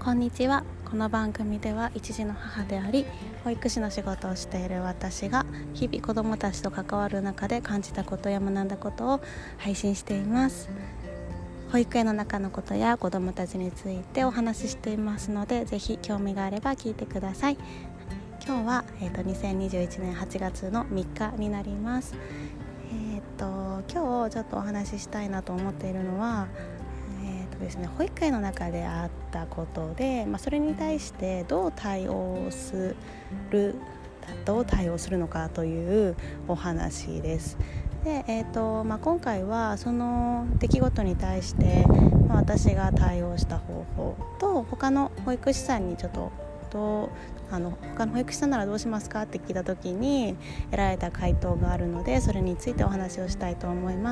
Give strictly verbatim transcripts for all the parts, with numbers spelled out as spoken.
こんにちは。この番組では一児の母であり保育士の仕事をしている私が日々子どもたちと関わる中で感じたことや学んだことを配信しています。保育園の中のことや子どもたちについてお話ししていますので、ぜひ興味があれば聞いてください。今日は、えー、とにせんにじゅういちねんはちがつのみっかになります。えー、と今日ちょっとお話ししたいなと思っているのはですね、保育園の中であったことで、まあ、それに対してどう対応するどう対応するのかというお話です。で、えーとまあ、今回はその出来事に対して、まあ、私が対応した方法と他の保育士さんにちょっとどうあの他の保育士さんならどうしますかって聞いた時に得られた回答があるので、それについてお話をしたいと思います。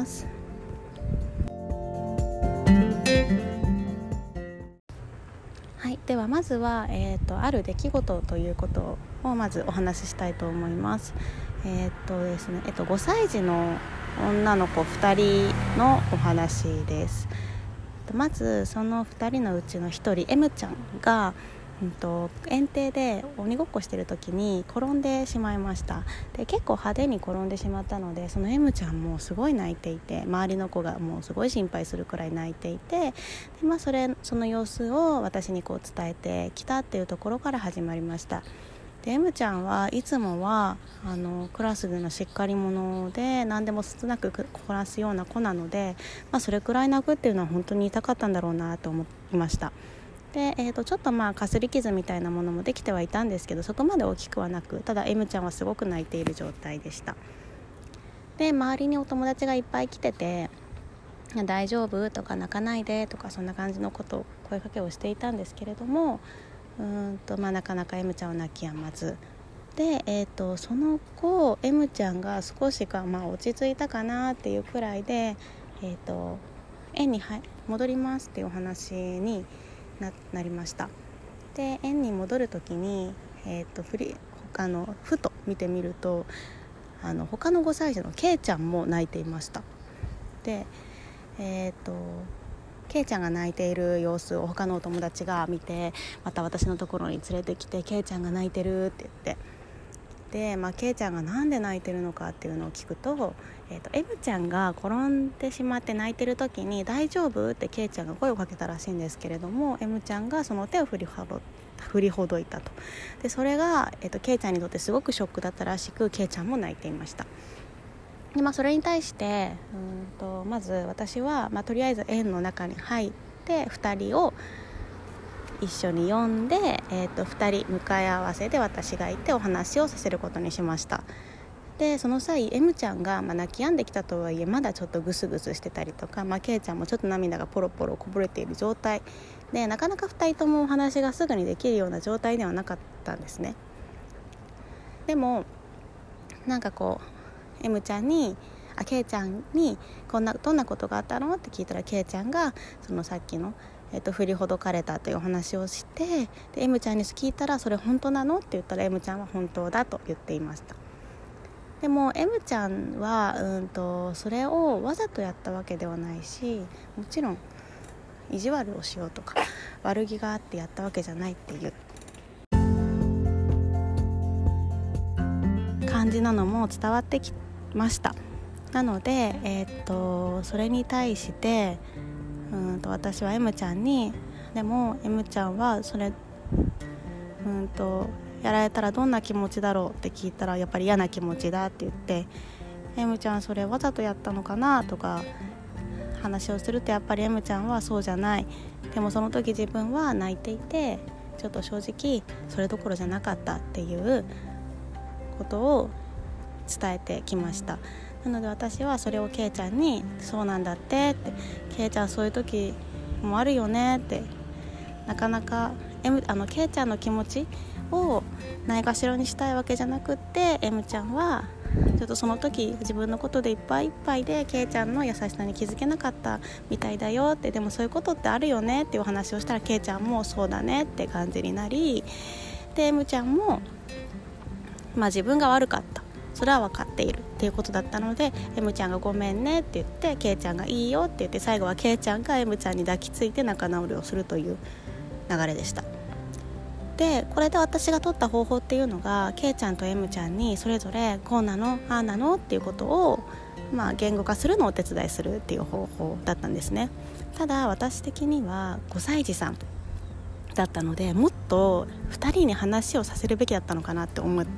はい、ではまずは、えーと、ある出来事ということをまずお話ししたいと思います。えーとですねえーと、ごさい児の女の子ふたりのお話です。まずそのふたりのうちのひとり M ちゃんがうんと、園庭で鬼ごっこしてる時に転んでしまいました。で結構派手に転んでしまったので、その M ちゃんもすごい泣いていて、周りの子がもうすごい心配するくらい泣いていて、で、まあ、それその様子を私にこう伝えてきたっていうところから始まりました。で M ちゃんはいつもはあのクラスでのしっかり者で何でも少なくこなすような子なので、まあ、それくらい泣くっていうのは本当に痛かったんだろうなと思いました。でえー、とちょっとまあかすり傷みたいなものもできてはいたんですけど、そこまで大きくはなく、ただ M ちゃんはすごく泣いている状態でした。で周りにお友達がいっぱい来てて、大丈夫とか泣かないでとか、そんな感じのことを声かけをしていたんですけれども、うーんと、まあ、なかなか M ちゃんは泣き止まずで、えー、とその後 M ちゃんが少しか、まあ、落ち着いたかなっていうくらいで、えー、と園に戻りますっていうお話にな, なりました。で園に戻るときに、えー、とふり他のふと見てみると、あの他のごさい児のけいちゃんも泣いていました。で、えー、とけいちゃんが泣いている様子を他のお友達が見て、また私のところに連れてきて、けいちゃんが泣いてるって言って、で、まあ、けいちゃんがなんで泣いてるのかっていうのを聞くと、えー、と M ちゃんが転んでしまって泣いてる時に大丈夫ってけいちゃんが声をかけたらしいんですけれども、 M ちゃんがその手を振りほど振りほどいたと。でそれが、えー、とけいちゃんにとってすごくショックだったらしく、けいちゃんも泣いていました。で、まあ、それに対してうんとまず私は、まあ、とりあえず園の中に入ってふたりを一緒に呼んで、えー、とふたり向かい合わせで私がいてお話をさせることにしました。でその際 M ちゃんが、まあ、泣き止んできたとはいえまだちょっとグスグスしてたりとか、まあ、けいちゃんもちょっと涙がポロポロこぼれている状態で、なかなかふたりともお話がすぐにできるような状態ではなかったんですね。でもなんかこう M ちゃんにあけいちゃんにこんなどんなことがあったのって聞いたら、けいちゃんがそのさっきのえー、と振りほどかれたというお話をして、で M ちゃんに聞いたら、それ本当なのって言ったら M ちゃんは本当だと言っていました。でも M ちゃんはうんとそれをわざとやったわけではないし、もちろん意地悪をしようとか悪気があってやったわけじゃないっていう感じなのも伝わってきました。なので、えー、とそれに対してうんと私は M ちゃんに、でも M ちゃんはそれうんとやられたらどんな気持ちだろうって聞いたら、やっぱり嫌な気持ちだって言って、 M ちゃんそれわざとやったのかなとか話をすると、やっぱり M ちゃんはそうじゃない、でもその時自分は泣いていてちょっと正直それどころじゃなかったっていうことを伝えてきました。なので私はそれをけいちゃんに、そうなんだってって、けいちゃんそういう時もあるよねって、なかなか M あのけいちゃんの気持ちをないがしろにしたいわけじゃなくって、 M ちゃんはちょっとその時自分のことでいっぱいいっぱいでけいちゃんの優しさに気づけなかったみたいだよって、でもそういうことってあるよねっていう話をしたら、けいちゃんもそうだねって感じになり、で M ちゃんも、まあ、自分が悪かった、それは分かっているっていうことだったので、 M ちゃんがごめんねって言って、けいちゃんがいいよって言って、最後はけいちゃんが M ちゃんに抱きついて仲直りをするという流れでした。 でこれで私が取った方法っていうのが K ちゃんと M ちゃんにそれぞれこうなのああなのっていうことを、まあ、言語化するのをお手伝いするっていう方法だったんですね。ただ私的にはごさい児さんだったので、もっとふたりに話をさせるべきだったのかなって思って、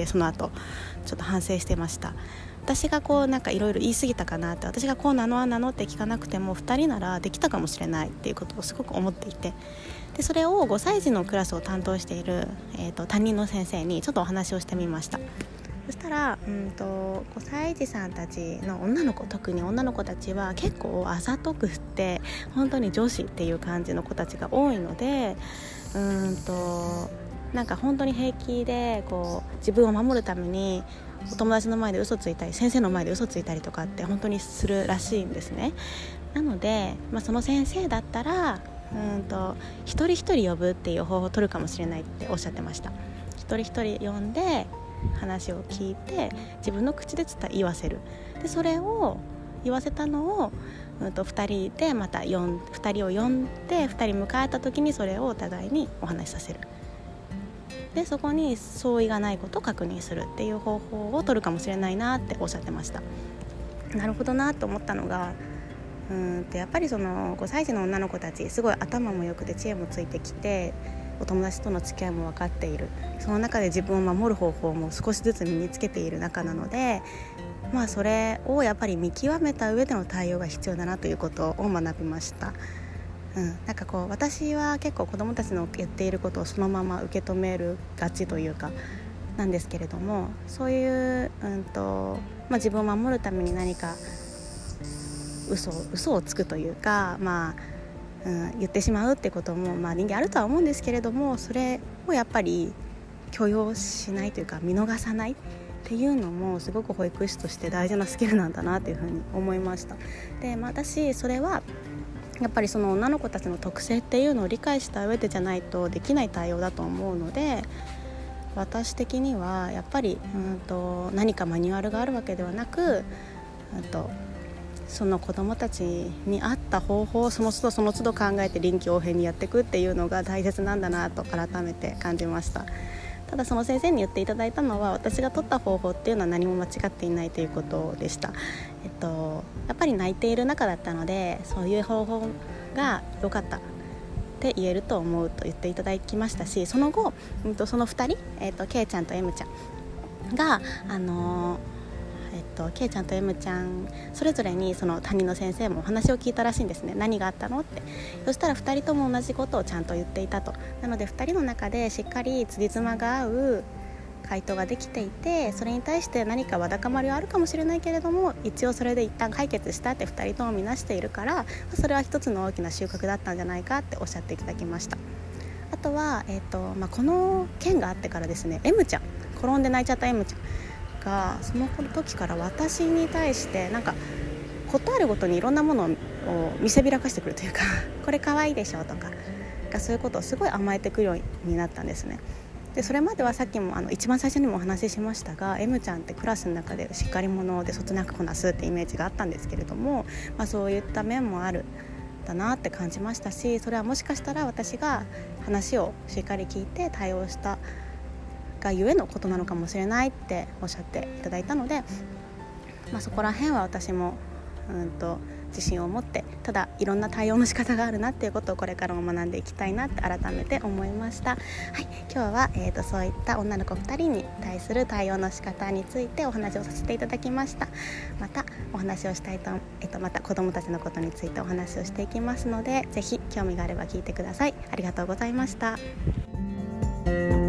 その後ちょっと反省してました。私がこうなんかいろいろ言い過ぎたかなって、私がこうなのあなのって聞かなくてもふたりならできたかもしれないっていうことをすごく思っていて、でそれをごさい児のクラスを担当している、えーと、担任の先生にちょっとお話をしてみました。そしたらうんとごさい児さんたちの女の子、特に女の子たちは結構あざとくって本当に女子っていう感じの子たちが多いので、うんとなんか本当に平気でこう自分を守るためにお友達の前で嘘ついたり先生の前で嘘ついたりとかって本当にするらしいんですね。なので、まあ、その先生だったらうんと一人一人呼ぶっていう方法を取るかもしれないっておっしゃってました。一人一人呼んで話を聞いて自分の口で伝え言わせる。でそれを言わせたのを、うん、とふたりでまた呼んふたりを呼んでふたり迎えた時にそれをお互いにお話しさせる。でそこに相違がないことを確認するっていう方法を取るかもしれないなっておっしゃってました。なるほどなと思ったのが、うんとやっぱりそのごさい児の女の子たちすごい頭も良くて知恵もついてきてお友達との付き合いも分かっている、その中で自分を守る方法も少しずつ身につけている中なので、まあそれをやっぱり見極めた上での対応が必要だなということを学びました。うん、なんかこう私は結構子どもたちの言っていることをそのまま受け止めるがちというかなんですけれども、そういう、うんとまあ、自分を守るために何か嘘嘘をつくというか、まあうん、言ってしまうってことも、まあ、人間あるとは思うんですけれども、それをやっぱり許容しないというか見逃さないっていうのもすごく保育士として大事なスキルなんだなというふうに思いました。で、まあ、私それはやっぱりその女の子たちの特性っていうのを理解した上でじゃないとできない対応だと思うので、私的にはやっぱりうんと何かマニュアルがあるわけではなく、うんとその子どもたちに合った方法をその都度その都度考えて臨機応変にやっていくっていうのが大切なんだなと改めて感じました。ただその先生に言っていただいたのは、私が取った方法っていうのは何も間違っていないということでした。えっと、やっぱり泣いている中だったので、そういう方法が良かったって言えると思うと言っていただきましたし、その後、うん、とそのふたり、えっと、K ちゃんと M ちゃんが、あのーえっと、K ちゃんと M ちゃんそれぞれにその担任の先生もお話を聞いたらしいんですね。何があったのって。そしたらふたりとも同じことをちゃんと言っていたと。なのでふたりの中でしっかり辻褄が合う回答ができていて、それに対して何かわだかまりはあるかもしれないけれども、一応それで一旦解決したってふたりとも見なしているから、それは一つの大きな収穫だったんじゃないかっておっしゃっていただきました。あとは、えっとまあ、この件があってからですね、 M ちゃん転んで泣いちゃった M ちゃんがその時から私に対してなんかことあるごとにいろんなものを見せびらかしてくるというかこれ可愛いでしょとかそういうことをすごい甘えてくるようになったんですね。でそれまではさっきもあの一番最初にもお話ししましたが、 M ちゃんってクラスの中でしっかり者でそつなくこなすってイメージがあったんですけれども、まあ、そういった面もあるだなって感じましたし、それはもしかしたら私が話をしっかり聞いて対応したがゆえのことなのかもしれないっておっしゃっていただいたので、まあ、そこら辺は私もうんと自信を持って、ただいろんな対応の仕方があるなっていうことをこれからも学んでいきたいなって改めて思いました。はい、今日は、えーと、そういった女の子ふたりに対する対応の仕方についてお話をさせていただきました。またお話をしたいと、えーと、また子どもたちのことについてお話をしていきますので、ぜひ興味があれば聞いてください。ありがとうございました。